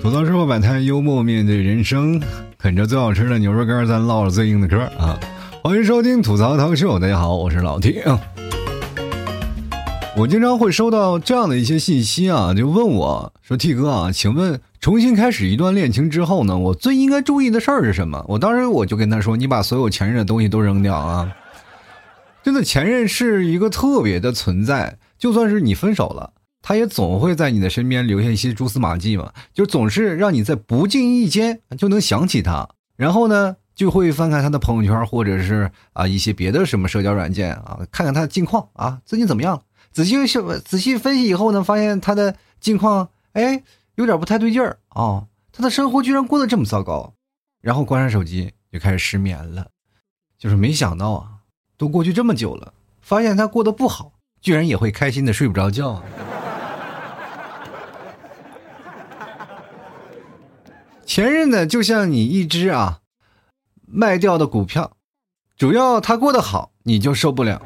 吐槽社会百态，幽默面对人生，啃着最好吃的牛肉干，咱唠着最硬的嗑啊！欢迎收听吐槽涛秀，大家好，我是老 T 啊。我经常会收到这样的一些信息啊，就问我说 T 哥啊，请问重新开始一段恋情之后呢，我最应该注意的事儿是什么？我当时我就跟他说，你把所有前任的东西都扔掉啊！真的，前任是一个特别的存在，就算是你分手了，他也总会在你的身边留下一些蛛丝马迹嘛，就总是让你在不经意间就能想起他，然后呢就会翻看他的朋友圈，或者是一些别的什么社交软件啊，看看他的近况啊，最近怎么样。仔细分析以后呢，发现他的近况有点不太对劲儿啊，他的生活居然过得这么糟糕，然后关上手机就开始失眠了。就是没想到啊，都过去这么久了，发现他过得不好，居然也会开心的睡不着觉。前任呢，就像你一只卖掉的股票，主要他过得好，你就受不了。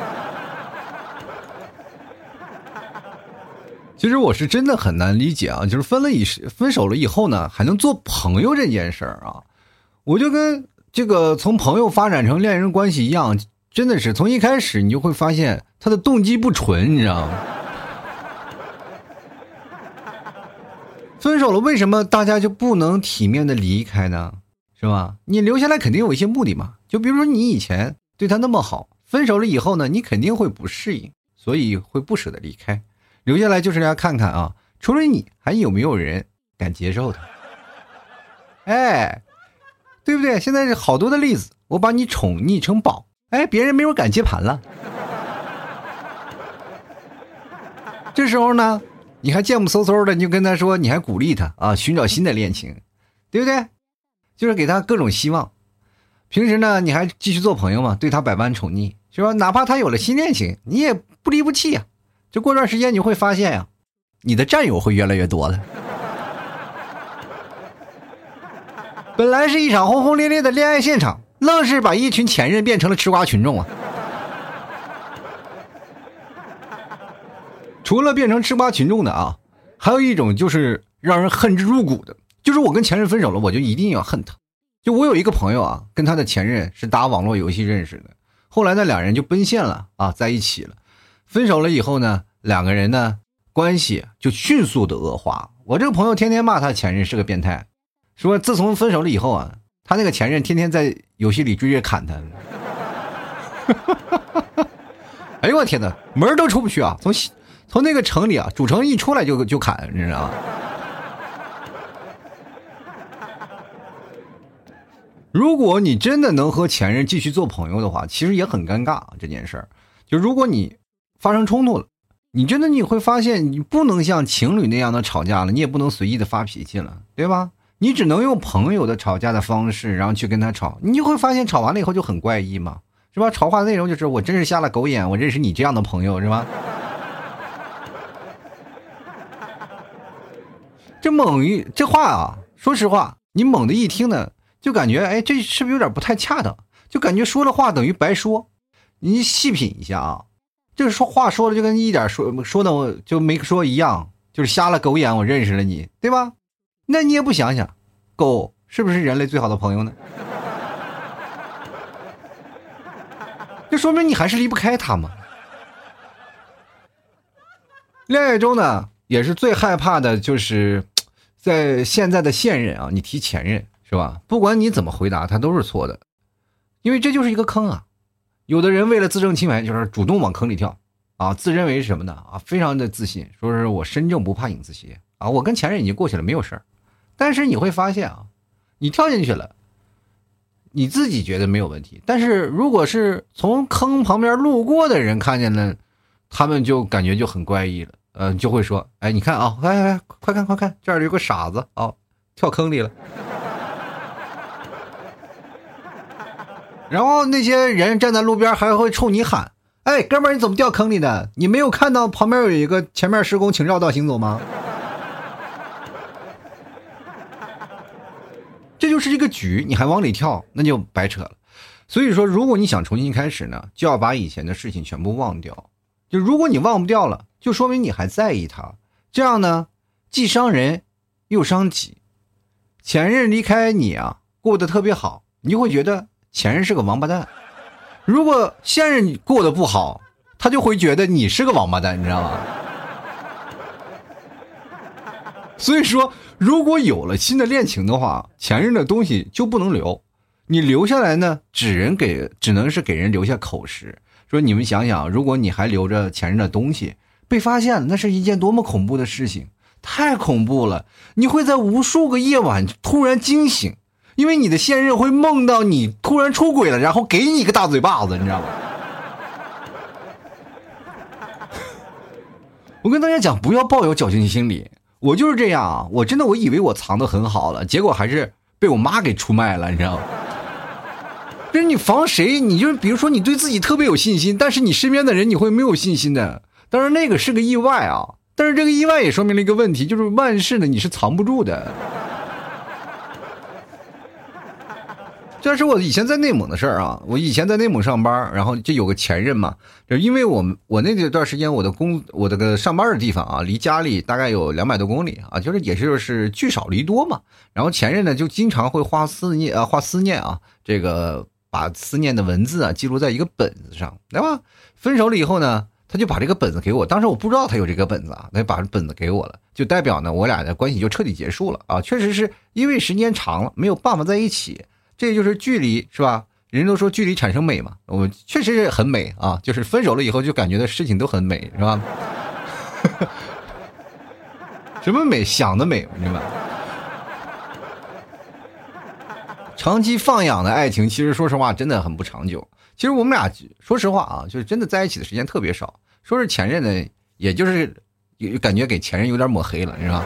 其实我是真的很难理解啊，就是分手了以后呢，还能做朋友这件事儿啊，我就跟这个从朋友发展成恋人关系一样，真的是从一开始你就会发现他的动机不纯，你知道吗？分手了，为什么大家就不能体面的离开呢？是吧？你留下来肯定有一些目的嘛，就比如说你以前对他那么好，分手了以后呢，你肯定会不适应，所以会不舍得离开。留下来就是要看看啊，除了你还有没有人敢接受他。对不对？现在是好多的例子，我把你宠溺成宝，别人没有敢接盘了。这时候呢，你还贱不嗖嗖的，你就跟他说，你还鼓励他啊，寻找新的恋情，对不对？就是给他各种希望。平时呢，你还继续做朋友嘛，对他百般宠溺，是吧？哪怕他有了新恋情，你也不离不弃呀。就过段时间你会发现呀，你的战友会越来越多了。本来是一场轰轰烈烈的恋爱现场，愣是把一群前任变成了吃瓜群众啊！除了变成吃瓜群众的还有一种就是让人恨之入骨的，就是我跟前任分手了，我就一定要恨他。就我有一个朋友跟他的前任是打网络游戏认识的，后来呢两人就奔现了在一起了。分手了以后呢，两个人呢关系就迅速的恶化。我这个朋友天天骂他前任是个变态，说自从分手了以后他那个前任天天在游戏里追着砍他。哎呦我天哪，门都出不去从那个城里主城一出来就砍，你知道吗？如果你真的能和前任继续做朋友的话，其实也很尴尬这件事儿。就如果你发生冲突了，你会发现你不能像情侣那样的吵架了，你也不能随意的发脾气了，对吧？你只能用朋友的吵架的方式，然后去跟他吵，你就会发现吵完了以后就很怪异嘛，是吧？吵话的内容就是我真是瞎了狗眼，我认识你这样的朋友，是吧？这话说实话，你猛的一听呢，就感觉这是不是有点不太恰当？就感觉说了话等于白说。你细品一下这个话说的就跟一点说的我就没说一样，就是瞎了狗眼，我认识了你，对吧？那你也不想想，狗是不是人类最好的朋友呢？就说明你还是离不开它嘛。恋爱中呢，也是最害怕的就是在现在的现任你提前任是吧？不管你怎么回答他都是错的，因为这就是一个坑有的人为了自证清白，就是主动往坑里跳自认为是什么呢非常的自信，说是我身正不怕影子斜我跟前任已经过去了，没有事儿。但是你会发现你跳进去了，你自己觉得没有问题，但是如果是从坑旁边路过的人看见了，他们就感觉就很怪异了，就会说，你看快看，这儿有个傻子跳坑里了。然后那些人站在路边还会冲你喊，哥们儿，你怎么掉坑里的？你没有看到旁边有一个前面施工，请绕道行走吗？这就是一个局，你还往里跳，那就白扯了。所以说，如果你想重新开始呢，就要把以前的事情全部忘掉。就如果你忘不掉了，就说明你还在意他，这样呢，既伤人又伤己。前任离开你啊，过得特别好，你就会觉得前任是个王八蛋；如果现任过得不好，他就会觉得你是个王八蛋，你知道吗？所以说，如果有了新的恋情的话，前任的东西就不能留，你留下来呢，只能是给人留下口实。说你们想想，如果你还留着前任的东西，被发现了，那是一件多么恐怖的事情，太恐怖了！你会在无数个夜晚突然惊醒，因为你的现任会梦到你突然出轨了，然后给你一个大嘴巴子，你知道吗？我跟大家讲，不要抱有侥幸心理。我就是这样啊，我真的以为我藏得很好了，结果还是被我妈给出卖了，你知道吗？就是你防谁，你就是比如说你对自己特别有信心，但是你身边的人你会没有信心的。当然那个是个意外啊，但是这个意外也说明了一个问题，就是万事呢你是藏不住的。这是我以前在内蒙的事儿啊，我以前在内蒙上班，然后就有个前任嘛，就因为我那段时间我的个上班的地方啊，离家里大概有200多公里啊，就是聚少离多嘛。然后前任呢就经常会画思念啊，这个把思念的文字啊记录在一个本子上，对吧？分手了以后呢，他就把这个本子给我，当时我不知道他有这个本子啊，他就把本子给我了，就代表呢我俩的关系就彻底结束了啊。确实是因为时间长了，没有办法在一起。这就是距离，是吧？人都说距离产生美嘛，我确实是很美啊，就是分手了以后就感觉的事情都很美，是吧？什么美？想的美，你知道吗？长期放养的爱情，其实说实话真的很不长久。其实我们俩说实话啊，就是真的在一起的时间特别少。说是前任呢，也就是感觉给前任有点抹黑了，是吧？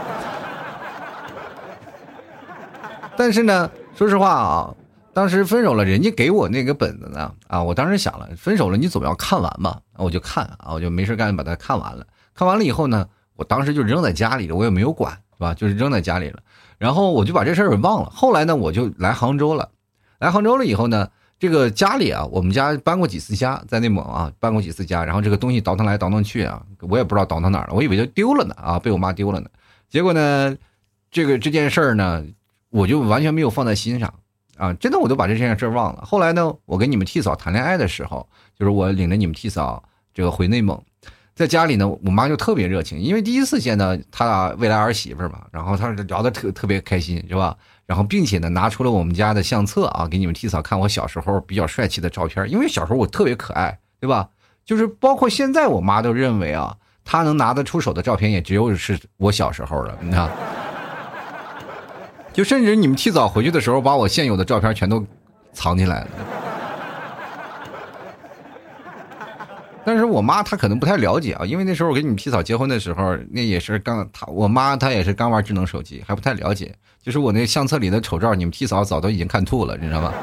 但是呢，说实话啊。当时分手了，人家给我那个本子呢，啊，我当时想了，分手了你总要看完嘛，我就看啊，我就没事干把它看完了。看完了以后呢，我当时就扔在家里了，我也没有管，是吧？就是扔在家里了。然后我就把这事儿给忘了。后来呢，我就来杭州了。来杭州了以后呢，这个家里啊，我们家搬过几次家，在内蒙啊搬过几次家，然后这个东西倒腾来倒腾去啊，我也不知道倒腾哪儿了，我以为就丢了呢啊，被我妈丢了呢。结果呢，这件事儿呢，我就完全没有放在心上。啊，真的我都把这件事忘了。后来呢，我跟你们替嫂谈恋爱的时候，就是我领着你们替嫂这个回内蒙，在家里呢，我妈就特别热情，因为第一次见到她未来儿媳妇嘛，然后她聊得特别开心，是吧？然后并且呢，拿出了我们家的相册啊，给你们替嫂看我小时候比较帅气的照片，因为小时候我特别可爱，对吧？就是包括现在我妈都认为啊，她能拿得出手的照片也只有是我小时候了，你看。就甚至你们替嫂回去的时候，把我现有的照片全都藏起来了。但是我妈她可能不太了解啊，因为那时候我跟你们替嫂结婚的时候，那也是我妈她也是刚玩智能手机，还不太了解。就是我那相册里的丑照，你们替嫂早都已经看吐了，你知道吗？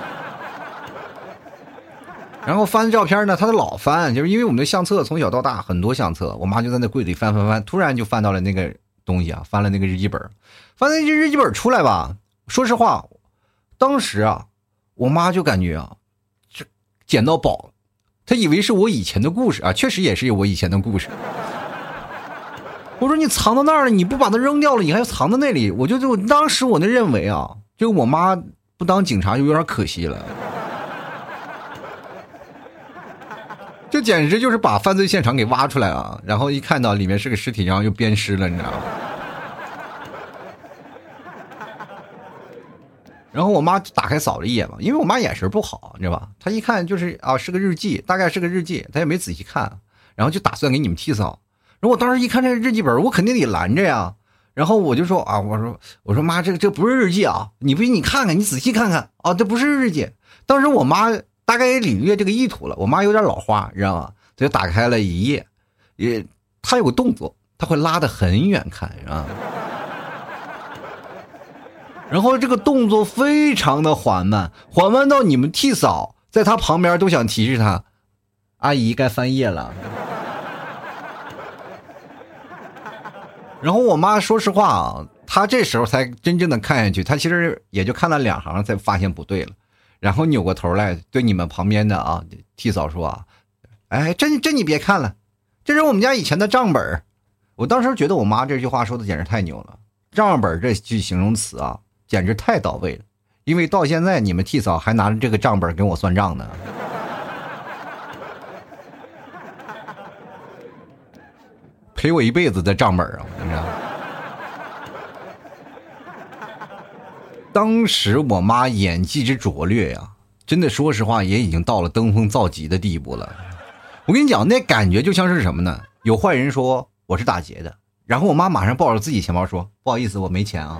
然后翻照片呢，她的老翻，就是因为我们的相册从小到大很多相册，我妈就在那柜里翻，突然就翻到了那个东西啊，翻了那个日记本。翻那日记本出来吧，说实话，当时啊，我妈就感觉啊，这捡到宝了，她以为是我以前的故事啊，确实也是我以前的故事。我说你藏到那儿了，你不把它扔掉了，你还藏在那里，我当时我那认为啊，这个我妈不当警察就有点可惜了，这简直就是把犯罪现场给挖出来啊，然后一看到里面是个尸体，然后就鞭尸了，你知道吗？然后我妈打开扫了一眼嘛，因为我妈眼神不好，你知道吧？她一看就是啊，是个日记，大概是个日记，她也没仔细看，然后就打算给你们替扫。然后我当时一看这个日记本，我肯定得拦着呀。然后我就说啊，我说妈，这不是日记啊，你看看，你仔细看看啊，这不是日记。当时我妈大概也领略这个意图了，我妈有点老花，你知道吗？她就打开了一页，她有个动作，她会拉得很远看，是吧？然后这个动作非常的缓慢到你们替嫂在他旁边都想提示他，阿姨该翻页了。然后我妈说实话啊，她这时候才真正的看下去，她其实也就看了2行才发现不对了，然后扭过头来对你们旁边的啊替嫂说啊，哎，这你别看了，这是我们家以前的账本。我当时觉得我妈这句话说的简直太牛了。 账本这句形容词啊，简直太到位了。因为到现在你们替嫂还拿着这个账本跟我算账呢。赔我一辈子的账本啊！你知道，当时我妈演技之拙劣呀，真的说实话也已经到了登峰造极的地步了。我跟你讲，那感觉就像是什么呢？有坏人说我是打劫的，然后我妈马上抱着自己钱包说不好意思我没钱啊。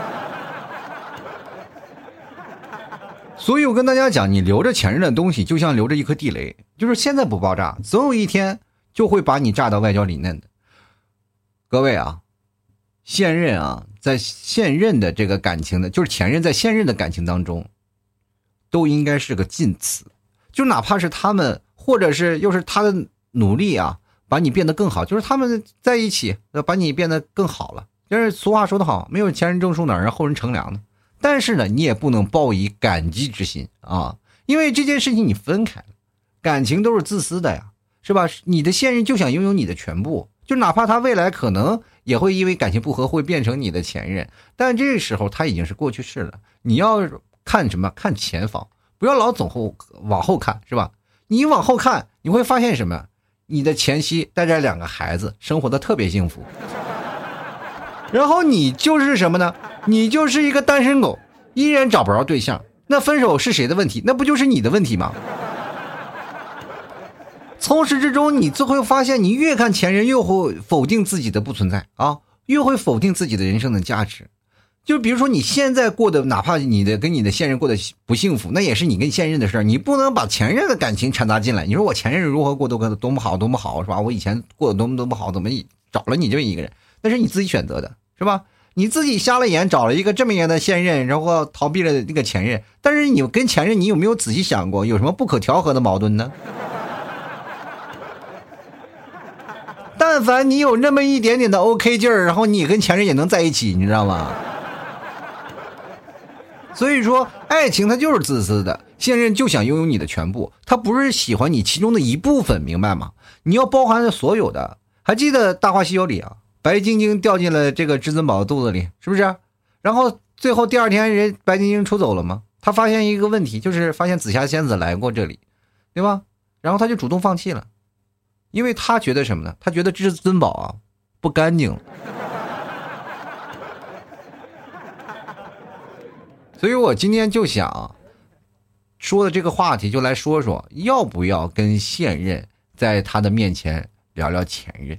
所以我跟大家讲，你留着前任的东西就像留着一颗地雷，就是现在不爆炸，总有一天就会把你炸到外焦里嫩的。各位啊，现任啊，在现任的这个感情的，就是前任在现任的感情当中，都应该是个近词，就哪怕是他们，或者是又是他的努力啊，把你变得更好，就是他们在一起把你变得更好了。就是俗话说得好，没有前人种树哪儿让后人乘凉呢。但是呢，你也不能抱以感激之心啊，因为这件事情你分开了，感情都是自私的呀，是吧？你的现任就想拥有你的全部。就哪怕他未来可能也会因为感情不合会变成你的前任，但这个时候他已经是过去式了。你要看什么？看前方，不要老往后看，是吧？你往后看，你会发现什么？你的前妻带着2个孩子，生活的特别幸福。然后你就是什么呢？你就是一个单身狗，依然找不着对象。那分手是谁的问题？那不就是你的问题吗？从始至终，你最后发现，你越看前任，越会否定自己的不存在啊，越会否定自己的人生的价值。就比如说，你现在过的，哪怕你的跟你的现任过得不幸福，那也是你跟现任的事儿，你不能把前任的感情掺杂进来。你说我前任如何过得多么好，多么好，是吧？我以前过得多么好，怎么找了你这么一个人？那是你自己选择的，是吧？你自己瞎了眼找了一个这么样的现任，然后逃避了那个前任。但是你跟前任，你有没有仔细想过，有什么不可调和的矛盾呢？但凡你有那么一点点的 OK 劲儿，然后你跟前任也能在一起，你知道吗？所以说，爱情它就是自私的，现任就想拥有你的全部，他不是喜欢你其中的一部分，明白吗？你要包含所有的。还记得《大话西游》里啊，白晶晶掉进了这个至尊宝肚子里，是不是？然后最后第2天白晶晶出走了吗？他发现一个问题，就是发现紫霞仙子来过这里，对吧？然后他就主动放弃了。因为他觉得什么呢？他觉得至尊宝啊不干净。所以我今天就想说的这个话题，就来说说要不要跟现任在他的面前聊聊前任。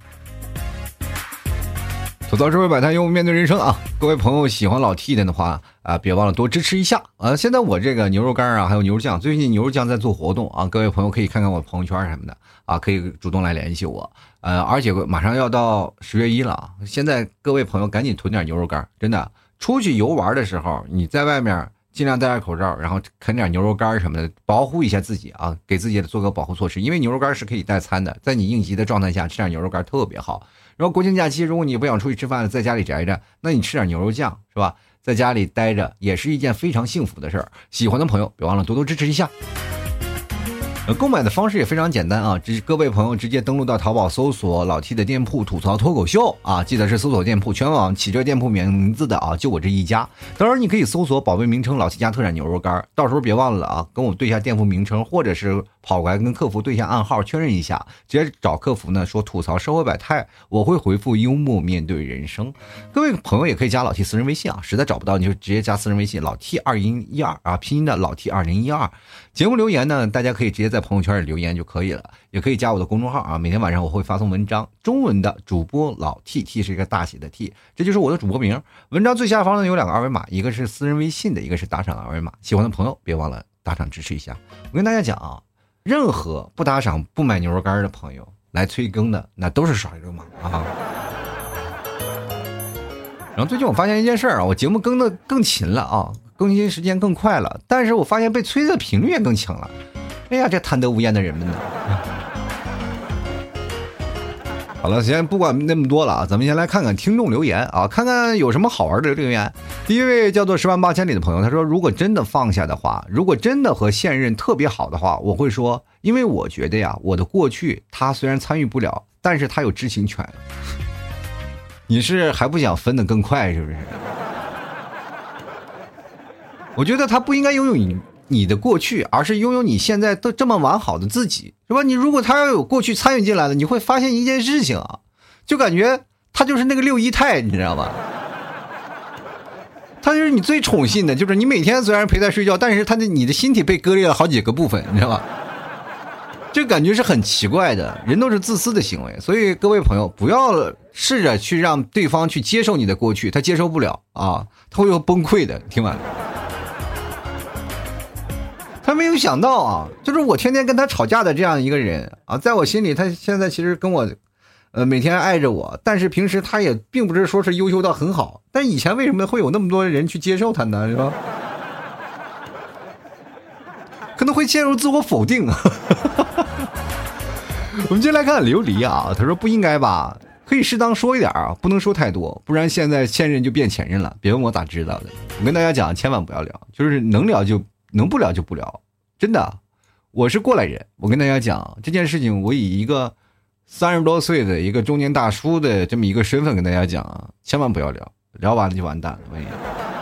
吐槽社会百态，幽默面对人生啊！各位朋友喜欢老 T 的话啊，别忘了多支持一下啊！现在我这个牛肉干啊，还有牛肉酱，最近牛肉酱在做活动啊，各位朋友可以看看我朋友圈什么的啊，可以主动来联系我。而且马上要到10月1了啊，现在各位朋友赶紧囤点牛肉干，真的，出去游玩的时候，你在外面尽量戴着口罩，然后啃点牛肉干什么的，保护一下自己啊，给自己做个保护措施。因为牛肉干是可以代餐的，在你应急的状态下吃点牛肉干特别好。然后国庆假期，如果你不想出去吃饭，在家里宅着，那你吃点牛肉酱是吧？在家里待着也是一件非常幸福的事儿。喜欢的朋友别忘了多多支持一下。购买的方式也非常简单啊，各位朋友直接登录到淘宝搜索老 T 的店铺吐槽脱口秀啊，记得是搜索店铺，全网起这店铺名字的啊，就我这一家。当然你可以搜索宝贝名称老 T 家特产牛肉干，到时候别忘了啊，跟我对一下店铺名称，或者是跑过来跟客服对一下暗号确认一下，直接找客服呢说吐槽社会百态，我会回复幽默面对人生。各位朋友也可以加老 T 私人微信啊，实在找不到你就直接加私人微信老 T2012啊，拼音的老 T2012。节目留言呢，大家可以直接在朋友圈里留言就可以了，也可以加我的公众号啊，每天晚上我会发送文章，中文的主播老 T 是一个大写的 T， 这就是我的主播名。文章最下方呢有2个二维码，一个是私人微信的，一个是打赏二维码，喜欢的朋友别忘了打赏支持一下。我跟大家讲啊，任何不打赏不买牛肉干的朋友来催更的，那都是耍流氓啊。然后最近我发现一件事啊，我节目更的更勤了啊，更新时间更快了，但是我发现被催的频率也更强了。哎呀，这贪得无厌的人们呢！好了，先不管那么多了啊，咱们先来看看听众留言啊，看看有什么好玩的留言。第一位叫做10万8千里的朋友，他说：如果真的放下的话，如果真的和现任特别好的话，我会说，因为我觉得呀，我的过去他虽然参与不了，但是他有知情权。 你是还不想分得更快是不是？我觉得他不应该拥有你的过去，而是拥有你现在都这么完好的自己，是吧？你如果他要有过去参与进来了，你会发现一件事情啊，就感觉他就是那个六姨太，你知道吗？他就是你最宠幸的，就是你每天虽然陪他睡觉，但是你的心体被割裂了好几个部分，你知道吧？这感觉是很奇怪的，人都是自私的行为，所以各位朋友不要试着去让对方去接受你的过去，他接受不了啊，他会有崩溃的。听完了，他没有想到啊，就是我天天跟他吵架的这样一个人啊，在我心里他现在其实跟我每天爱着我，但是平时他也并不是说是优秀到很好，但以前为什么会有那么多人去接受他呢？是吧？可能会陷入自我否定。我们接下来看琉璃啊，他说不应该吧，可以适当说一点啊，不能说太多，不然现在现任就变前任了。别问我咋知道的，我跟大家讲，千万不要聊，就是能聊就能不聊就不聊，真的。我是过来人，我跟大家讲这件事情，我以一个30多岁的一个中年大叔的这么一个身份跟大家讲啊，千万不要聊，聊完了就完蛋了。我跟你讲，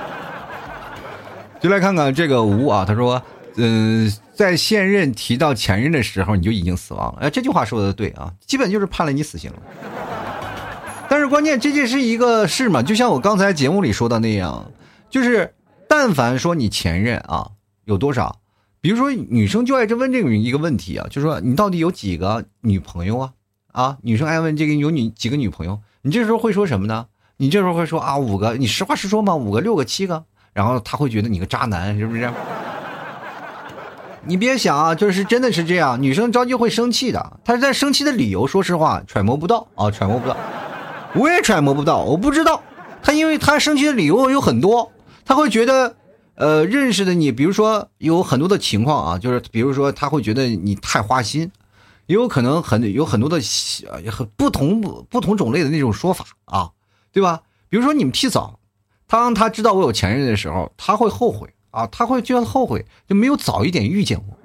就来看看这个吴啊，他说。在现任提到前任的时候，你就已经死亡了。这句话说的对啊，基本就是判了你死刑了。但是关键，这就是一个事嘛，就像我刚才节目里说的那样，就是但凡说你前任啊有多少，比如说女生就爱这问这个一个问题啊，就说你到底有几个女朋友啊？女生爱问这个有几个女朋友，你这时候会说什么呢？你这时候会说啊5个，你实话实说嘛，5个、6个、7个，然后他会觉得你个渣男，是不是？你别想啊，就是真的是这样，女生着急会生气的，她是在生气的理由，说实话揣摩不到啊，揣摩不到，我也揣摩不到，我不知道，她因为她生气的理由有很多，她会觉得，认识的你，比如说有很多的情况啊，就是比如说她会觉得你太花心，也有可能有很多的不同种类的那种说法啊，对吧？比如说你们提早，当她知道我有前任的时候，她会后悔。啊，他会觉得后悔，就没有早一点遇见我，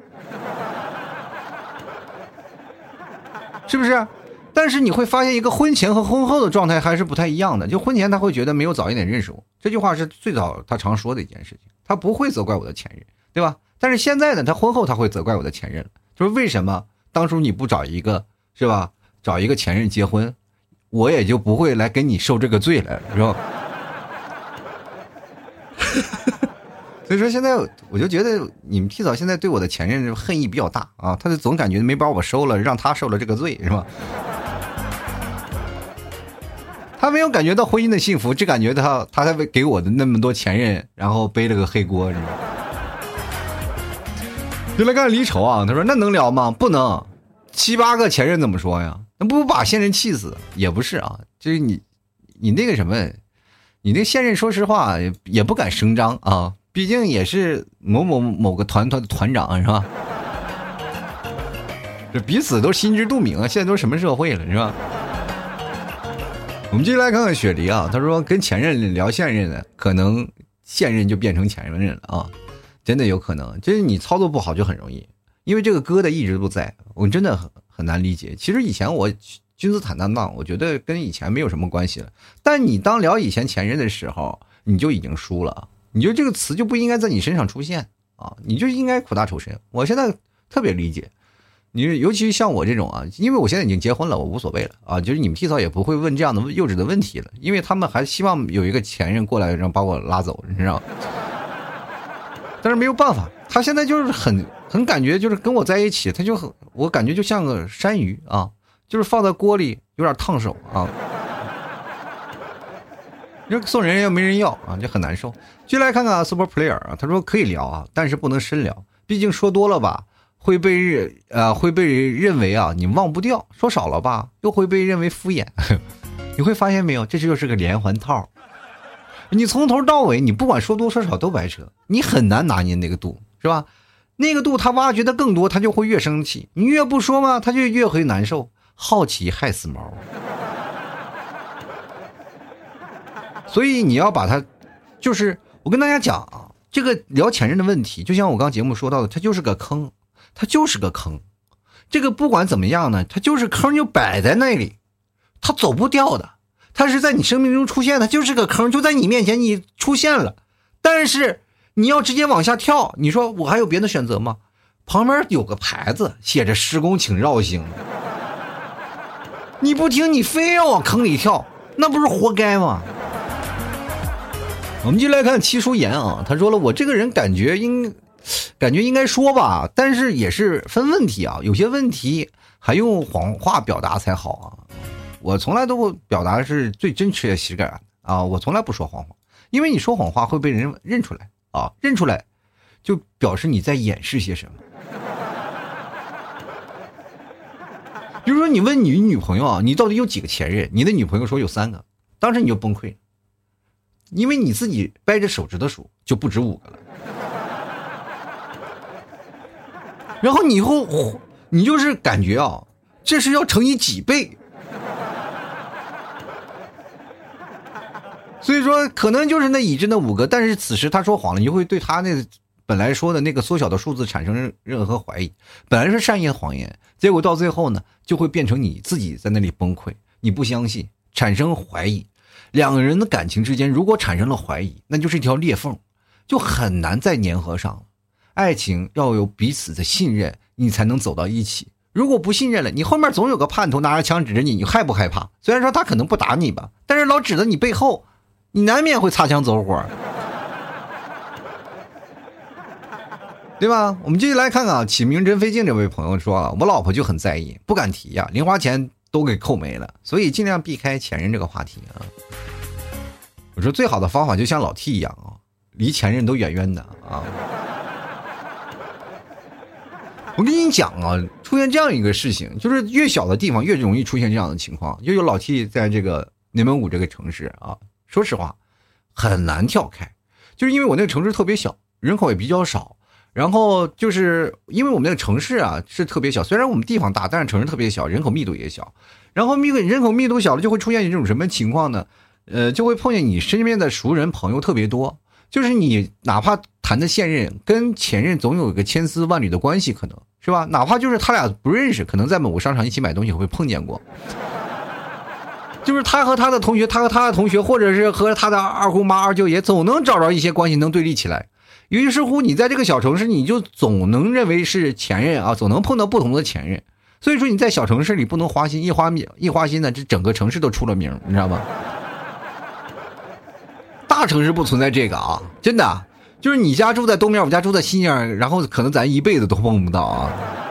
是不是？但是你会发现，一个婚前和婚后的状态还是不太一样的。就婚前他会觉得没有早一点认识我，这句话是最早他常说的一件事情，他不会责怪我的前任，对吧？但是现在呢，他婚后他会责怪我的前任了，就是为什么当初你不找一个，是吧？找一个前任结婚，我也就不会来跟你受这个罪了，是吧？所以说现在我就觉得你们提早现在对我的前任恨意比较大啊，他就总感觉没把我收了，让他受了这个罪，是吧？他没有感觉到婚姻的幸福，只感觉他在给我的那么多前任，然后背了个黑锅，是吧？就来看离愁啊，他说那能聊吗？不能，7、8个前任怎么说呀？那不把现任气死？也不是啊，就是你那个什么，你那现任说实话也不敢声张啊。毕竟也是某个团的团长，是吧？这彼此都心知肚明啊，现在都什么社会了，是吧？我们接下来看看雪梨啊，他说跟前任聊现任的，可能现任就变成前任了啊，真的有可能。就是你操作不好就很容易，因为这个疙瘩一直都在，我真的很难理解。其实以前我君子坦荡，我觉得跟以前没有什么关系了，但你当聊以前前任的时候，你就已经输了。你就这个词就不应该在你身上出现啊！你就应该苦大仇深。我现在特别理解你，尤其像我这种啊，因为我现在已经结婚了，我无所谓了啊。就是你们提早也不会问这样的幼稚的问题了，因为他们还希望有一个前任过来，然后把我拉走，你知道吗？但是没有办法，他现在就是很感觉就是跟我在一起，他就我感觉就像个山芋啊，就是放在锅里有点烫手啊。就送人又没人要啊，就很难受。就来看看 Super Player 啊，他说可以聊啊，但是不能深聊，毕竟说多了吧，会被认为啊你忘不掉；说少了吧，又会被认为敷衍。你会发现没有，这就是个连环套。你从头到尾，你不管说多说少都白扯，你很难拿捏那个度，是吧？那个度他挖掘的更多，他就会越生气；你越不说嘛，他就越会难受。好奇害死猫。所以你要把它，就是我跟大家讲啊，这个聊前任的问题，就像我刚节目说到的，它就是个坑，它就是个坑。这个不管怎么样呢，它就是坑就摆在那里，它走不掉的。 他是在你生命中出现的，就是个坑，就在你面前你出现了，但是你要直接往下跳，你说我还有别的选择吗？旁边有个牌子写着施工请绕行，你不听，你非要往坑里跳，那不是活该吗？我们就来看七叔言啊，他说了，我这个人感觉应该说吧，但是也是分问题啊，有些问题还用谎话表达才好啊。我从来都表达是最真切的实感啊，我从来不说谎话，因为你说谎话会被人认出来啊，认出来就表示你在掩饰些什么。比如说你问你女朋友啊，你到底有几个前任？你的女朋友说有3个，当时你就崩溃了，因为你自己掰着手指头数就不止5个了。然后你以后你就是感觉啊，这是要乘以几倍。所以说可能就是那已知的5个，但是此时他说谎了，你就会对他那本来说的那个缩小的数字产生任何怀疑。本来是善意的谎言，结果到最后呢，就会变成你自己在那里崩溃，你不相信，产生怀疑。两个人的感情之间如果产生了怀疑，那就是一条裂缝，就很难再粘合上了。爱情要有彼此的信任，你才能走到一起。如果不信任了，你后面总有个叛徒拿着枪指着你，你害不害怕？虽然说他可能不打你吧，但是老指着你背后，你难免会擦枪走火，对吧？我们继续来看看起名真费劲这位朋友说啊，我老婆就很在意，不敢提呀，零花钱都给扣没了，所以尽量避开前任这个话题啊。我说最好的方法就像老 T 一样啊，离前任都远远的啊。我跟你讲啊，出现这样一个事情，就是越小的地方越容易出现这样的情况。就有老 T 在这个内蒙古这个城市啊，说实话很难跳开，就是因为我那个城市特别小，人口也比较少，然后就是因为我们那个城市啊是特别小，虽然我们地方大，但是城市特别小，人口密度也小，然后人口密度小了就会出现这种什么情况呢？就会碰见你身边的熟人朋友特别多，就是你哪怕谈的现任跟前任总有一个千丝万缕的关系，可能是吧？哪怕就是他俩不认识，可能在某个商场一起买东西会碰见过。就是他和他的同学，他和他的同学，或者是和他的二姑妈、二舅爷，总能找着一些关系能对立起来。于是乎，你在这个小城市，你就总能认为是前任啊，总能碰到不同的前任。所以说你在小城市里不能花心，一花心呢，这整个城市都出了名，你知道吗？大城市不存在这个啊，真的，就是你家住在东面，我家住在西面，然后可能咱一辈子都碰不到啊。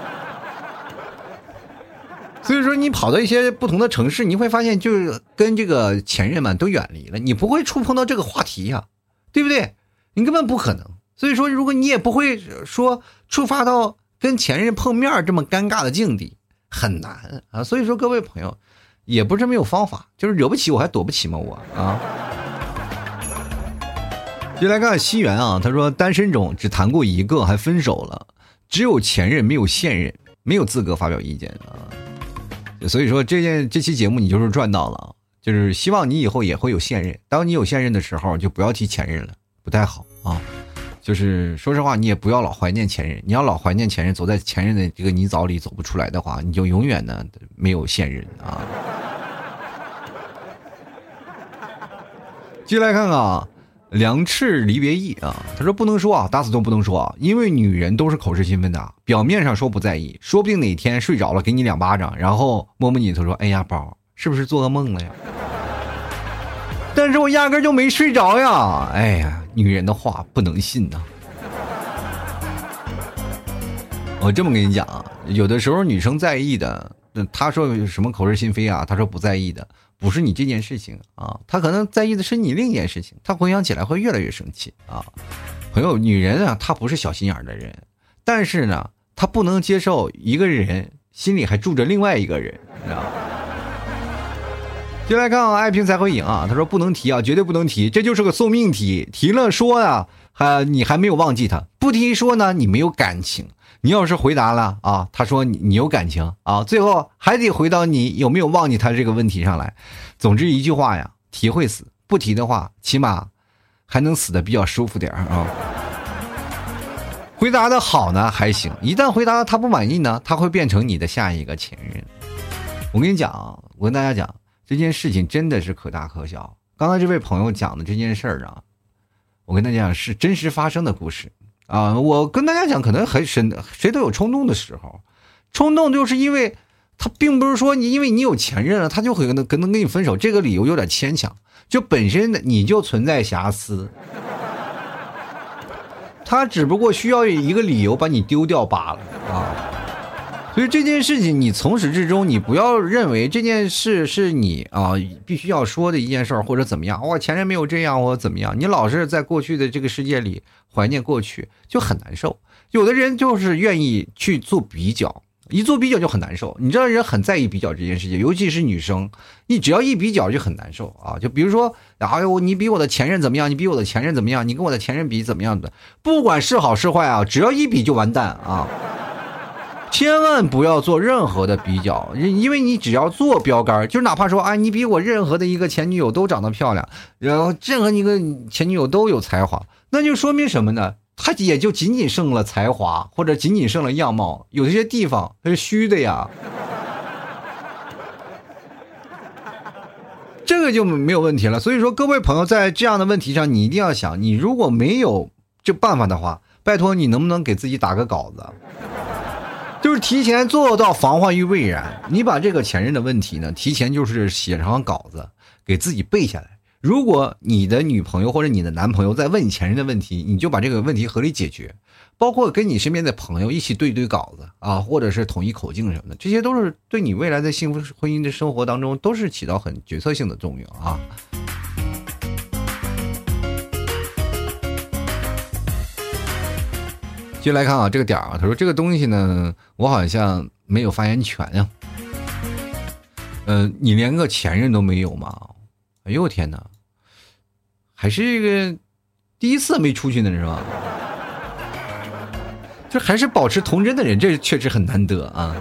所以说你跑到一些不同的城市，你会发现就是跟这个前任们都远离了，你不会触碰到这个话题呀，对不对？你根本不可能。所以说如果你也不会说触发到跟前任碰面这么尴尬的境地，很难啊。所以说各位朋友也不是没有方法，就是惹不起我还躲不起吗我啊。就来看西元啊，他说单身中只谈过1个还分手了，只有前任没有现任，没有资格发表意见啊。所以说这期节目你就是赚到了，就是希望你以后也会有现任，当你有现任的时候就不要提前任了，不太好啊。就是说实话，你也不要老怀念前任，你要老怀念前任，走在前任的这个泥沼里走不出来的话，你就永远呢没有现任啊。继续来看看啊，梁赤离别意啊，他说不能说啊，打死都不能说啊，因为女人都是口是心非的，表面上说不在意，说不定哪天睡着了给你2巴掌，然后摸摸你头说，哎呀宝，是不是做噩梦了呀？但是我压根就没睡着呀，哎呀，女人的话不能信呐。我这么跟你讲啊，有的时候女生在意的，她说什么口是心非啊，她说不在意的不是你这件事情啊，她可能在意的是你另一件事情，她回想起来会越来越生气啊。朋友，女人啊，她不是小心眼的人，但是呢，她不能接受一个人心里还住着另外一个人，你知道吗？就来看爱拼才会赢啊，他说不能提啊，绝对不能提，这就是个送命题，提了说啊，你还没有忘记他，不提说呢你没有感情，你要是回答了啊，他说你有感情啊，最后还得回到你有没有忘记他这个问题上来。总之一句话呀，提会死，不提的话起码还能死得比较舒服点啊。回答的好呢还行，一旦回答他不满意呢，他会变成你的下一个前任。我跟你讲啊，我跟大家讲， 这件事情真的是可大可小。刚才这位朋友讲的这件事儿啊，我跟大家讲是真实发生的故事啊。我跟大家讲，可能谁都有冲动的时候，冲动就是因为他并不是说因为你有前任了，他就可能跟你分手，这个理由有点牵强，就本身的你就存在瑕疵，他只不过需要一个理由把你丢掉罢了啊。所以这件事情你从始至终你不要认为这件事是你啊必须要说的一件事或者怎么样，我前任没有这样或怎么样，你老是在过去的这个世界里怀念过去就很难受。有的人就是愿意去做比较，一做比较就很难受。你知道人很在意比较这件事情，尤其是女生，你只要一比较就很难受啊。就比如说哎呦你比我的前任怎么样，你比我的前任怎么样，你跟我的前任比怎么样的，不管是好是坏啊，只要一比就完蛋啊。千万不要做任何的比较，因为你只要做标杆，就是哪怕说啊，你比我任何的一个前女友都长得漂亮，然后任何一个前女友都有才华，那就说明什么呢？他也就仅仅剩了才华，或者仅仅剩了样貌，有些地方它是虚的呀。这个就没有问题了。所以说，各位朋友在这样的问题上，你一定要想，你如果没有这办法的话，拜托你能不能给自己打个稿子？就是提前做到防患于未然，你把这个前任的问题呢，提前就是写上稿子，给自己背下来。如果你的女朋友或者你的男朋友在问你前任的问题，你就把这个问题合理解决，包括跟你身边的朋友一起对稿子啊，或者是统一口径什么的，这些都是对你未来的幸福婚姻的生活当中都是起到很决策性的作用啊。接来看啊，这个点啊，他说这个东西呢，我好像没有发言权呀。你连个前任都没有吗？哎呦天哪，还是这个第一次没出去呢是吧？这还是保持童真的人，这确实很难得啊。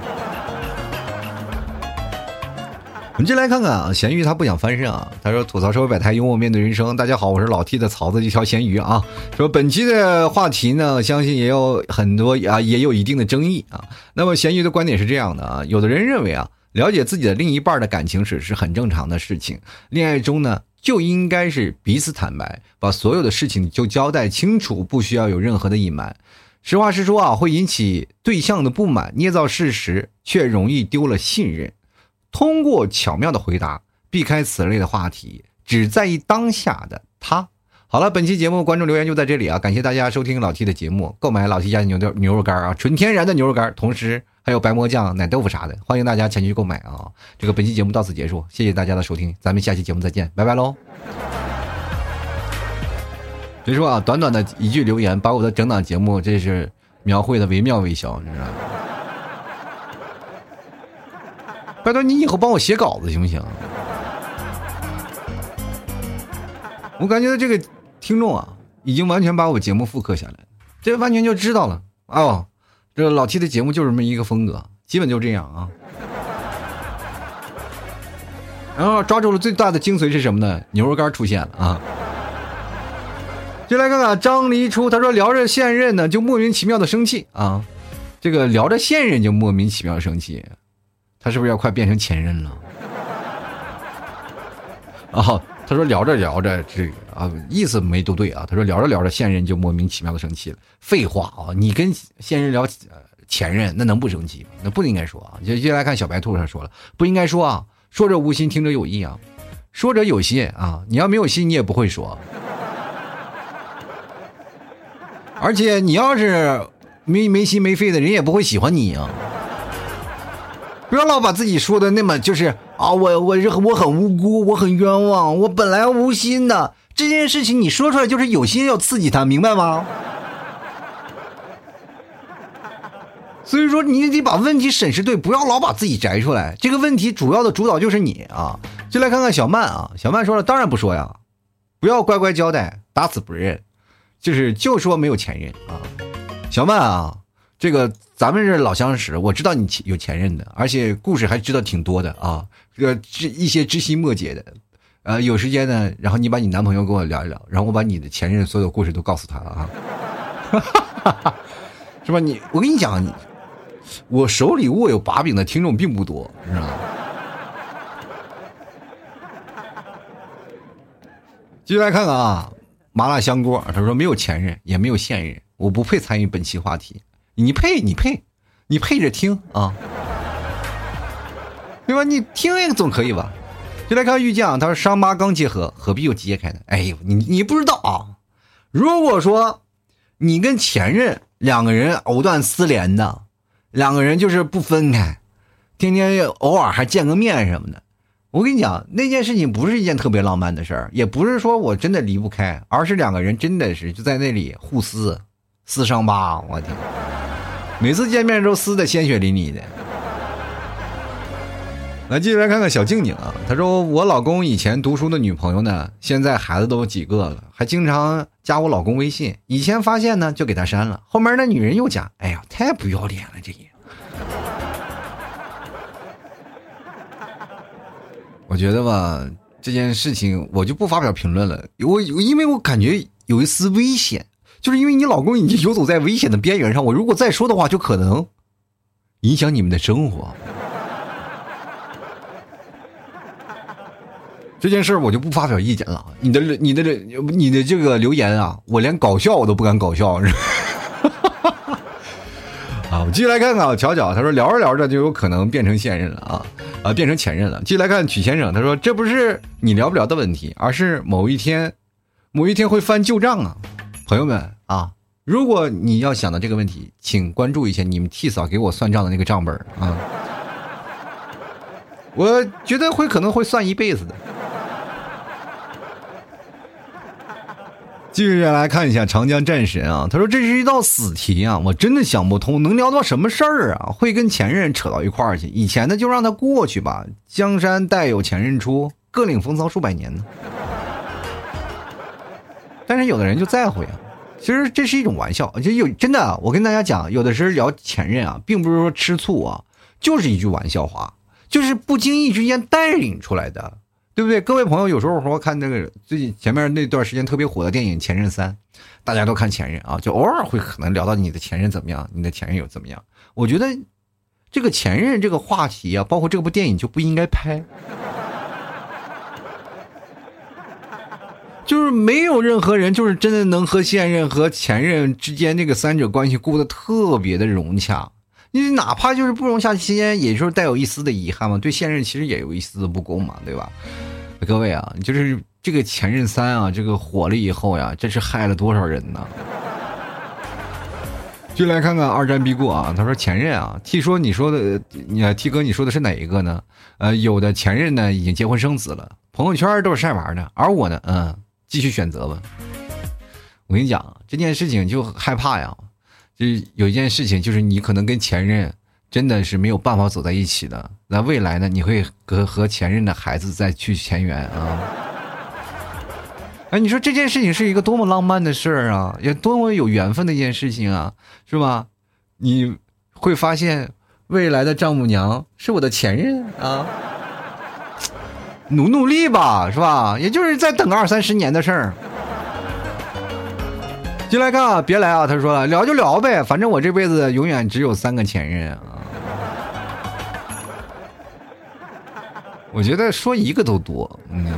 我们进来看看啊，咸鱼他不想翻身啊。他说吐槽社会百态，幽默面对人生。大家好，我是老 T 的槽子一条咸鱼啊。说本期的话题呢，相信也有很多啊，也有一定的争议啊。那么咸鱼的观点是这样的啊，有的人认为啊，了解自己的另一半的感情史是很正常的事情，恋爱中呢就应该是彼此坦白，把所有的事情就交代清楚，不需要有任何的隐瞒。实话实说啊，会引起对象的不满，捏造事实却容易丢了信任。通过巧妙的回答，避开此类的话题，只在意当下的他。好了，本期节目观众留言就在这里啊！感谢大家收听老 T 的节目，购买老 T 家牛肉干啊，纯天然的牛肉干，同时还有白馍酱、奶豆腐啥的，欢迎大家前去购买啊！这个本期节目到此结束，谢谢大家的收听，咱们下期节目再见，拜拜喽！别说啊，短短的一句留言，把我的整档节目这是描绘的惟妙惟肖，你知道吗？拜托你以后帮我写稿子行不行？我感觉这个听众啊，已经完全把我节目复刻下来，这完全就知道了哦。这老 T 的节目就是这么一个风格，基本就这样啊。然后抓住了最大的精髓是什么呢？牛肉干出现了啊！就来看看张黎初，他说聊着现任呢，就莫名其妙的生气啊。这个聊着现任就莫名其妙生气。他是不是要快变成前任了？哦，他说聊着聊着这个啊，意思没都对啊。他说聊着聊着现任就莫名其妙的生气了。废话啊，你跟现任聊前任，那能不生气吗？那不应该说啊。就来看小白兔他说了，不应该说啊，说者无心，听者有意啊，说者有心啊，你要没有心，你也不会说。而且你要是没心没肺的人，也不会喜欢你啊。不要老把自己说的那么就是啊，我很无辜，我很冤枉，我本来无心的，这件事情你说出来就是有心要刺激他，明白吗？所以说你得把问题审视对，不要老把自己摘出来，这个问题主要的主导就是你啊。就来看看小曼啊，小曼说了，当然不说呀，不要乖乖交代，打死不认，就说没有前任啊。小曼啊，这个咱们是老相识，我知道你有前任的，而且故事还知道挺多的啊，这个一些枝细末节的，有时间呢，然后你把你男朋友跟我聊一聊，然后我把你的前任所有故事都告诉他啊，是吧？我跟你讲，我手里握有把柄的听众并不多，是吧？ 继续来看看啊，麻辣香锅，他说没有前任也没有现任，我不配参与本期话题。你配着听啊，对吧？你听一个总可以吧？就来看玉酱，他说伤疤刚结合，何必又揭开呢？哎呦，你不知道啊！如果说你跟前任两个人藕断丝连的，两个人就是不分开，天天偶尔还见个面什么的，我跟你讲，那件事情不是一件特别浪漫的事儿，也不是说我真的离不开，而是两个人真的是就在那里互撕伤疤，我天，每次见面都撕得鲜血淋漓的。来，继续来看看小静静啊，她说我老公以前读书的女朋友呢，现在孩子都有几个了，还经常加我老公微信，以前发现呢就给他删了，后面那女人又加，哎呀，太不要脸了这也。我觉得吧，这件事情我就不发表评论了，因为我感觉有一丝危险，就是因为你老公已经游走在危险的边缘上，我如果再说的话，就可能影响你们的生活。这件事我就不发表意见了。你的这个留言啊，我连搞笑我都不敢搞笑。啊，我继续来看看巧巧，他说聊着聊着就有可能变成现任了变成前任了。继续来看曲先生，他说这不是你聊不聊的问题，而是某一天会翻旧账啊。朋友们啊，如果你要想到这个问题，请关注一下你们替嫂给我算账的那个账本啊，我觉得可能会算一辈子的。继续来看一下长江战神啊，他说这是一道死题啊，我真的想不通能聊到什么事儿啊，会跟前任扯到一块儿去，以前的就让他过去吧，江山代有前任出，各领风骚数百年呢。但是有的人就在乎呀，其实这是一种玩笑，真的，我跟大家讲，有的时候聊前任啊，并不是说吃醋啊，就是一句玩笑话，就是不经意之间带领出来的。对不对？各位朋友，有时候说看那个最近前面那段时间特别火的电影《前任3》，大家都看前任啊，就偶尔会可能聊到你的前任怎么样，你的前任有怎么样。我觉得这个前任这个话题啊，包括这部电影就不应该拍，就是没有任何人就是真的能和现任和前任之间这个三者关系顾得特别的融洽。你哪怕就是不融洽期间，也就是带有一丝的遗憾嘛，对现任其实也有一丝的不公嘛，对吧？各位啊，就是这个前任3啊，这个火了以后呀，这是害了多少人呢？就来看看二战必过啊，他说前任啊，T 哥你说的是哪一个呢？有的前任呢已经结婚生子了，朋友圈都是晒娃的，而我呢，继续选择吧。我跟你讲，这件事情就害怕呀。就有一件事情，就是你可能跟前任真的是没有办法走在一起的，那未来呢，你会和前任的孩子再去前缘啊。哎，你说这件事情是一个多么浪漫的事儿啊，也多么有缘分的一件事情啊，是吧？你会发现未来的丈母娘是我的前任啊，努力吧，是吧？也就是再等20-30年的事儿。进来看啊，别来啊！他说了，聊就聊呗，反正我这辈子永远只有3个前任啊。我觉得说一个都多，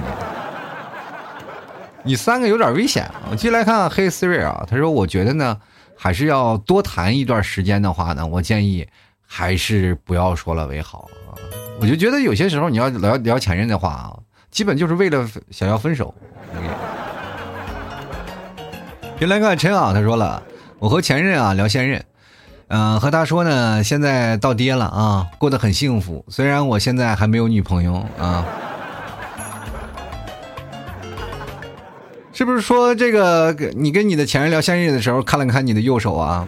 你3个有点危险。我继续来看黑 Siri 啊，他说我觉得呢，还是要多谈一段时间的话呢，我建议还是不要说了为好啊。我就觉得有些时候你要聊前任的话啊，基本就是为了想要分手。别来看陈啊，他说了，我和前任啊聊现任，和他说呢，现在到爹了啊，过得很幸福，虽然我现在还没有女朋友啊。是不是说这个你跟你的前任聊现任的时候看了看你的右手啊？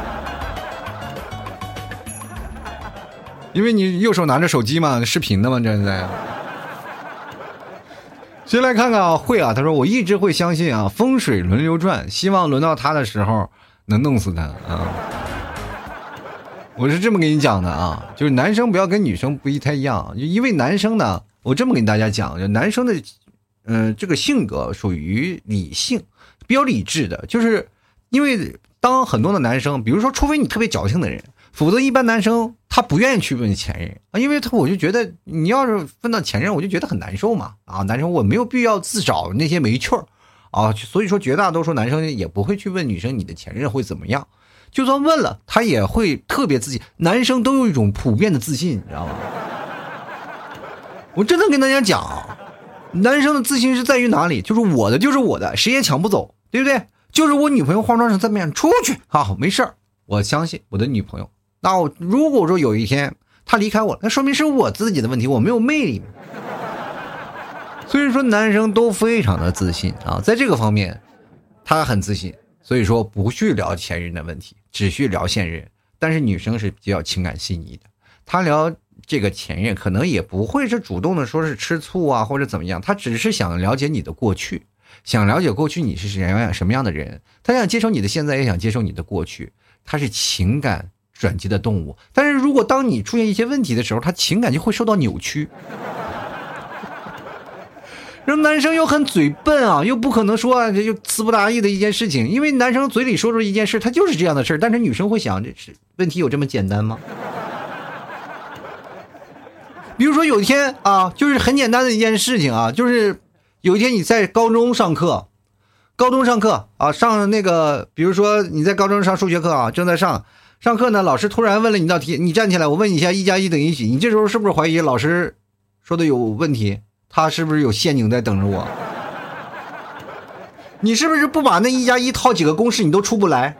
因为你右手拿着手机嘛，视频的嘛，这在。先来看看啊，会啊，他说我一直会相信啊，风水轮流转，希望轮到他的时候能弄死他啊。我是这么跟你讲的啊，就是男生不要跟女生不太一样，就因为男生呢，我这么跟大家讲，就男生的这个性格属于理性，比较理智的，就是因为当很多的男生，比如说除非你特别矫情的人， 否则一般男生他不愿意去问前任啊，因为我就觉得你要是问到前任，我就觉得很难受嘛啊，男生我没有必要自找那些没趣儿啊，所以说绝大多数男生也不会去问女生你的前任会怎么样，就算问了，他也会特别自信，男生都有一种普遍的自信，你知道吗？我真的跟大家讲，男生的自信是在于哪里？就是我的就是我的，谁也抢不走，对不对？就是我女朋友化妆成这么样，出去好，没事儿，我相信我的女朋友。那如果说有一天她离开我，那说明是我自己的问题，我没有魅力。所以说男生都非常的自信啊，在这个方面他很自信，所以说不去聊前任的问题，只去聊现任。但是女生是比较情感细腻的，她聊这个前任可能也不会是主动的说是吃醋啊或者怎么样，她只是想了解你的过去，想了解过去你是什么样的人，她想接受你的现在，也想接受你的过去，她是情感转接的动物。但是如果当你出现一些问题的时候，她情感就会受到扭曲。然后男生又很嘴笨啊，又不可能说这就词不达意的一件事情，因为男生嘴里说出一件事，他就是这样的事，但是女生会想，这是问题有这么简单吗？比如说有一天啊，就是很简单的一件事情啊，就是有一天你在高中上课啊，上那个，比如说你在高中上数学课啊，正在上课呢，老师突然问了你道题，你站起来，我问你一下1+1等于几？你这时候是不是怀疑老师说的有问题？他是不是有陷阱在等着我？你是不是不把那1+1套几个公式你都出不来？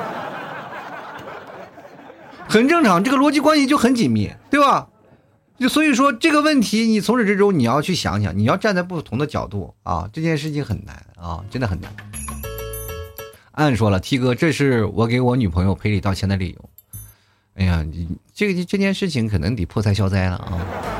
很正常，这个逻辑关系就很紧密，对吧？就所以说这个问题，你从始至终你要去想想，你要站在不同的角度啊，这件事情很难啊，真的很难。按说了 T 哥，这是我给我女朋友赔礼道歉的理由。哎呀，这件事情可能得破财消灾了啊。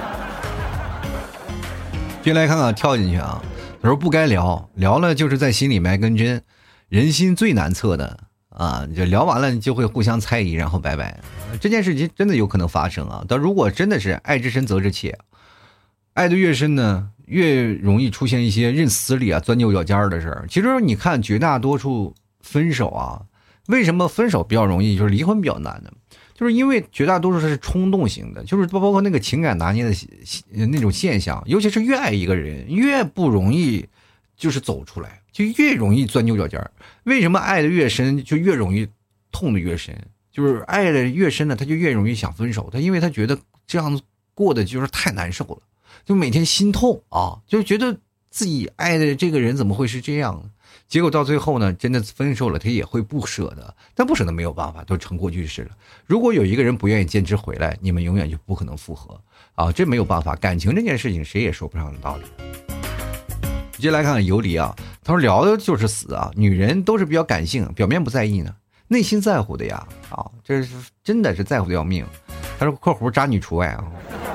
进来看看，跳进去啊！他说不该聊了，就是在心里埋根针，人心最难测的啊！就聊完了就会互相猜疑，然后拜拜。这件事情真的有可能发生啊！但如果真的是爱之深责之切，爱的越深呢，越容易出现一些认死理啊、钻牛角尖的事儿。其实你看，绝大多数分手啊，为什么分手比较容易，就是离婚比较难呢？就是因为绝大多数是冲动型的，就是包括那个情感拿捏的那种现象，尤其是越爱一个人越不容易就是走出来，就越容易钻牛角尖。为什么爱的越深就越容易痛的越深？就是爱的越深呢，他就越容易想分手，他因为他觉得这样过得就是太难受了，就每天心痛啊，就觉得自己爱的这个人怎么会是这样呢？结果到最后呢，真的分手了，他也会不舍得，但不舍得没有办法，都成过去式了。如果有一个人不愿意坚持回来，你们永远就不可能复合啊！这没有办法，感情这件事情谁也说不上的道理。接下来看看游离啊，他说聊的就是死啊，女人都是比较感性，表面不在意呢，内心在乎的呀啊，这是真的是在乎的要命。他说括弧渣女除外啊，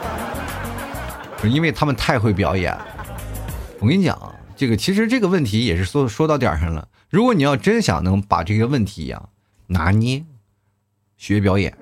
因为他们太会表演。我跟你讲啊。其实这个问题也是说到点上了。如果你要真想能把这个问题呀拿捏，学表演，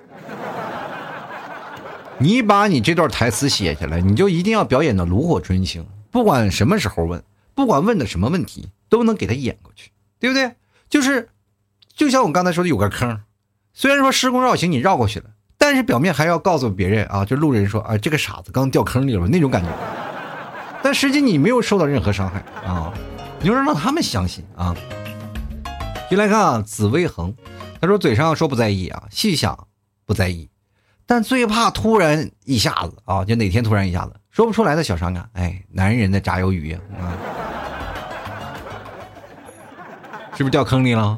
你把你这段台词写下来，你就一定要表演的炉火纯青，不管什么时候问，不管问的什么问题，都能给他演过去，对不对？就像我刚才说的，有个坑，虽然说施工绕行你绕过去了，但是表面还要告诉别人啊，就路人说啊，这个傻子刚掉坑里了那种感觉。但实际你没有受到任何伤害啊，你就让他们相信啊。就来看啊，紫微恒，他说嘴上说不在意啊，细想不在意，但最怕突然一下子啊，就哪天突然一下子说不出来的小伤感。哎，男人的炸鱿鱼啊，是不是掉坑里了？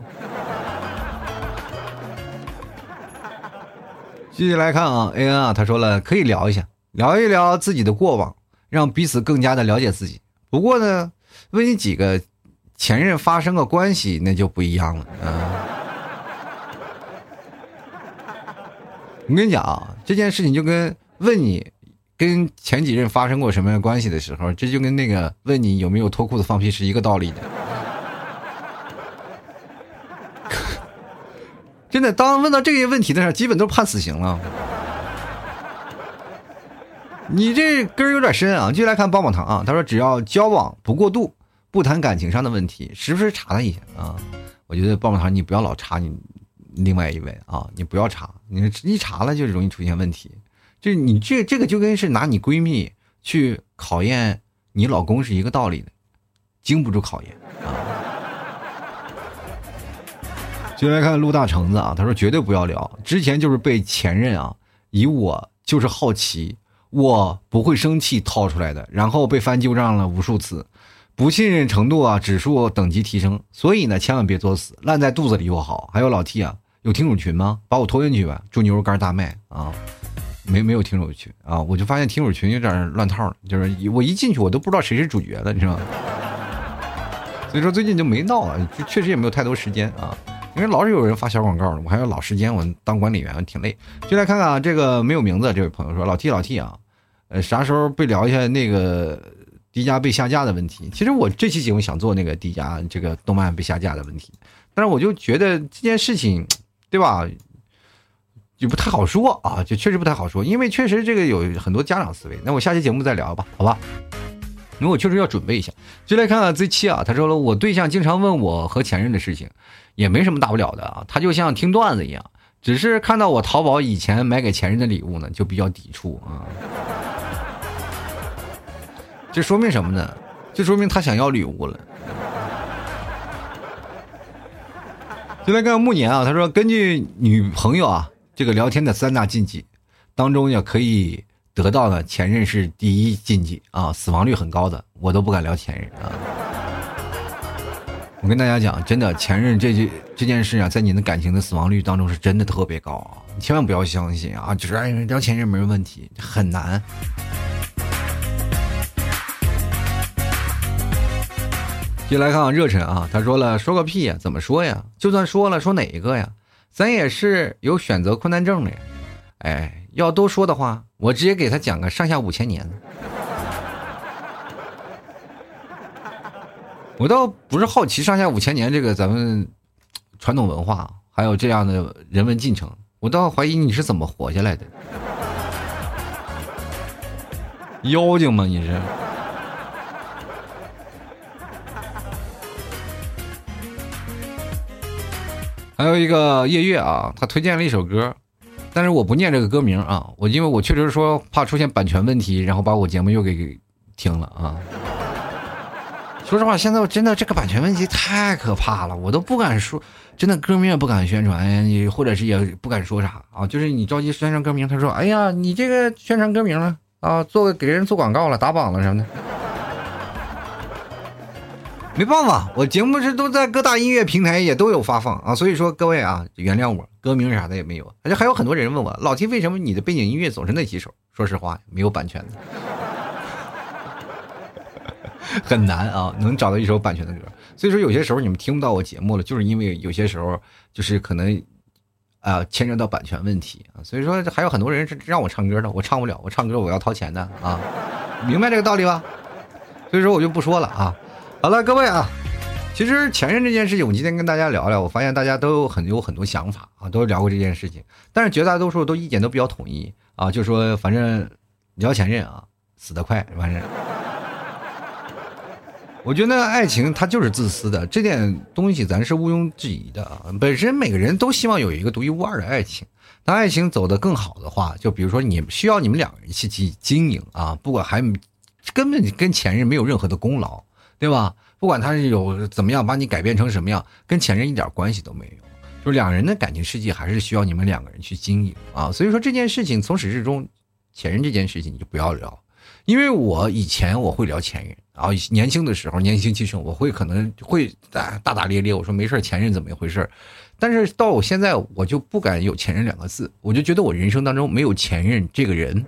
继续来看啊 ，A N 啊，他说了可以聊一聊自己的过往。让彼此更加的了解自己。不过呢，问你几个前任发生个关系，那就不一样了我跟你讲啊，这件事情就跟问你跟前几任发生过什么样关系的时候，这就跟那个问你有没有脱裤子放屁是一个道理的。真的，当问到这些问题的时候，基本都判死刑了。你这根儿有点深啊！继续来看棒棒糖啊，他说只要交往不过度，不谈感情上的问题，时不时查他一下啊。我觉得棒棒糖你不要老查你另外一位啊，你不要查你一查了就容易出现问题。就你这个就跟是拿你闺蜜去考验你老公是一个道理的，经不住考验啊。就来看陆大橙子啊，他说绝对不要聊，之前就是被前任啊以我就是好奇我不会生气套出来的，然后被翻旧账了无数次，不信任程度啊指数等级提升，所以呢千万别作死，烂在肚子里又好。还有老 T 啊，有听友群吗？把我拖进去吧，祝牛肉干大卖啊！没有听友群啊，我就发现听友群有点乱套了，就是我一进去我都不知道谁是主角了，你知道吗？所以说最近就没闹了，确实也没有太多时间啊。因为老是有人发小广告了，我还有老时间，我当管理员挺累。就来看看啊，这个没有名字这位朋友说，老 T 啊，啥时候被聊一下那个迪迦被下架的问题？其实我这期节目想做那个迪迦这个动漫被下架的问题，但是我就觉得这件事情，对吧？就不太好说啊，就确实不太好说，因为确实这个有很多家长思维。那我下期节目再聊吧，好吧？因为我确实要准备一下。就来看看Z7啊，他说了，我对象经常问我和前任的事情，也没什么大不了的啊，他就像听段子一样，只是看到我淘宝以前买给前任的礼物呢，就比较抵触啊。这说明什么呢？这说明他想要礼物了。就来看看暮年啊，他说根据女朋友啊这个聊天的3大禁忌当中也可以得到的前任是第一禁忌啊，死亡率很高的，我都不敢聊前任啊。我跟大家讲，真的前任这件事啊，在你的感情的死亡率当中是真的特别高啊，你千万不要相信啊，就是聊前任没问题，很难。接来看看热忱啊，他说了，说个屁呀，怎么说呀？就算说了，说哪一个呀？咱也是有选择困难症的呀。哎，要都说的话，我直接给他讲个上下5000年。我倒不是好奇上下5000年这个咱们传统文化还有这样的人文进程，我倒怀疑你是怎么活下来的。妖精吗你是？还有一个夜月啊，他推荐了一首歌，但是我不念这个歌名啊，因为我确实说怕出现版权问题，然后把我节目又给停了啊。说实话，现在真的这个版权问题太可怕了，我都不敢说，真的歌名也不敢宣传，你或者是也不敢说啥啊。就是你着急宣传歌名，他说：“哎呀，你这个宣传歌名了啊，给人做广告了，打榜了什么的。”没办法，我节目是都在各大音乐平台也都有发放啊，所以说各位啊，原谅我，歌名啥的也没有。而且还有很多人问我，老T为什么你的背景音乐总是那几首？说实话，没有版权的，很难啊，能找到一首版权的歌。所以说有些时候你们听不到我节目了，就是因为有些时候就是可能牵扯到版权问题啊。所以说还有很多人是让我唱歌的，我唱不了，我唱歌我要掏钱的啊，明白这个道理吧？所以说我就不说了啊。好了，各位啊，其实前任这件事情，我今天跟大家聊聊，我发现大家都有很多想法啊，都聊过这件事情，但是绝大多数都意见都比较统一啊，就说反正聊前任啊，死得快，反正。我觉得爱情它就是自私的，这点东西咱是毋庸置疑的啊。本身每个人都希望有一个独一无二的爱情，当爱情走得更好的话，就比如说你需要你们两个人去经营啊，不管根本跟前任没有任何的功劳。对吧？不管他是有怎么样把你改变成什么样，跟前任一点关系都没有。就是两人的感情世界还是需要你们两个人去经营啊。所以说这件事情从始至终，前任这件事情你就不要聊。因为我以前我会聊前任啊，年轻的时候年轻气盛，我可能会大大咧咧，我说没事，前任怎么一回事？但是到我现在我就不敢有前任两个字，我就觉得我人生当中没有前任这个人。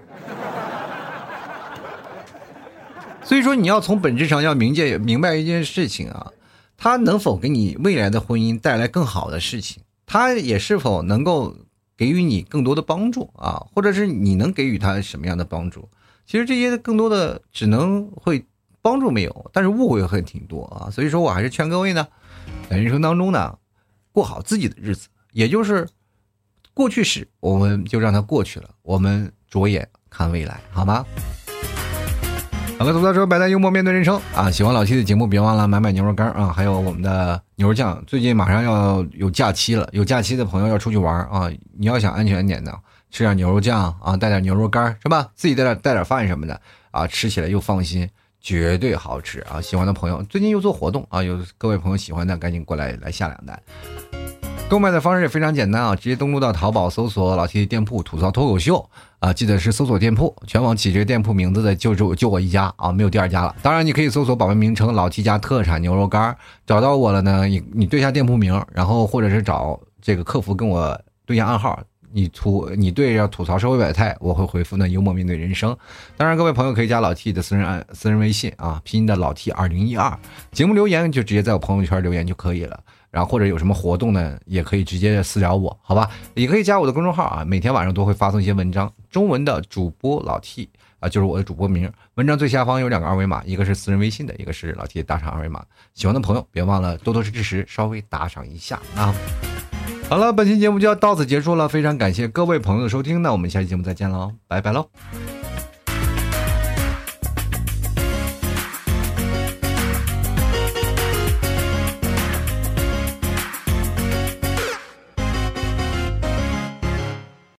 所以说你要从本质上要明白一件事情啊，他能否给你未来的婚姻带来更好的事情，他也是否能够给予你更多的帮助啊，或者是你能给予他什么样的帮助，其实这些更多的只能会帮助没有，但是误会会挺多啊。所以说我还是劝各位呢，在人生当中呢过好自己的日子，也就是过去式我们就让它过去了，我们着眼看未来，好吗？ 好了，吐槽说百态幽默面对人生啊！喜欢老 T 的节目，别忘了买牛肉干啊，还有我们的牛肉酱。最近马上要有假期了，有假期的朋友要出去玩啊，你要想安全点的，吃点牛肉酱啊，带点牛肉干是吧？自己带点饭什么的啊，吃起来又放心，绝对好吃啊！喜欢的朋友最近又做活动啊，有各位朋友喜欢的赶紧过来下两单。购买的方式也非常简单啊，直接登录到淘宝搜索老 T 店铺吐槽脱口秀啊，记得是搜索店铺，全网起这个店铺名字的就我一家啊，没有第二家了。当然你可以搜索宝贝名称老 T 家特产牛肉干，找到我了呢，你对一下店铺名，然后或者是找这个客服跟我对一下暗号，你对着吐槽社会百态，我会回复呢幽默面对人生。当然各位朋友可以加老 T 的私人微信啊，拼音的老 T 2012，节目留言就直接在我朋友圈留言就可以了。然后或者有什么活动呢，也可以直接私聊我，好吧？也可以加我的公众号啊，每天晚上都会发送一些文章，中文的主播老 T 啊，就是我的主播名。文章最下方有2个二维码，一个是私人微信的，一个是老 T 的打赏二维码。喜欢的朋友别忘了多多支持，稍微打赏一下啊。好了，本期节目就要到此结束了，非常感谢各位朋友的收听，那我们下期节目再见喽，拜拜喽。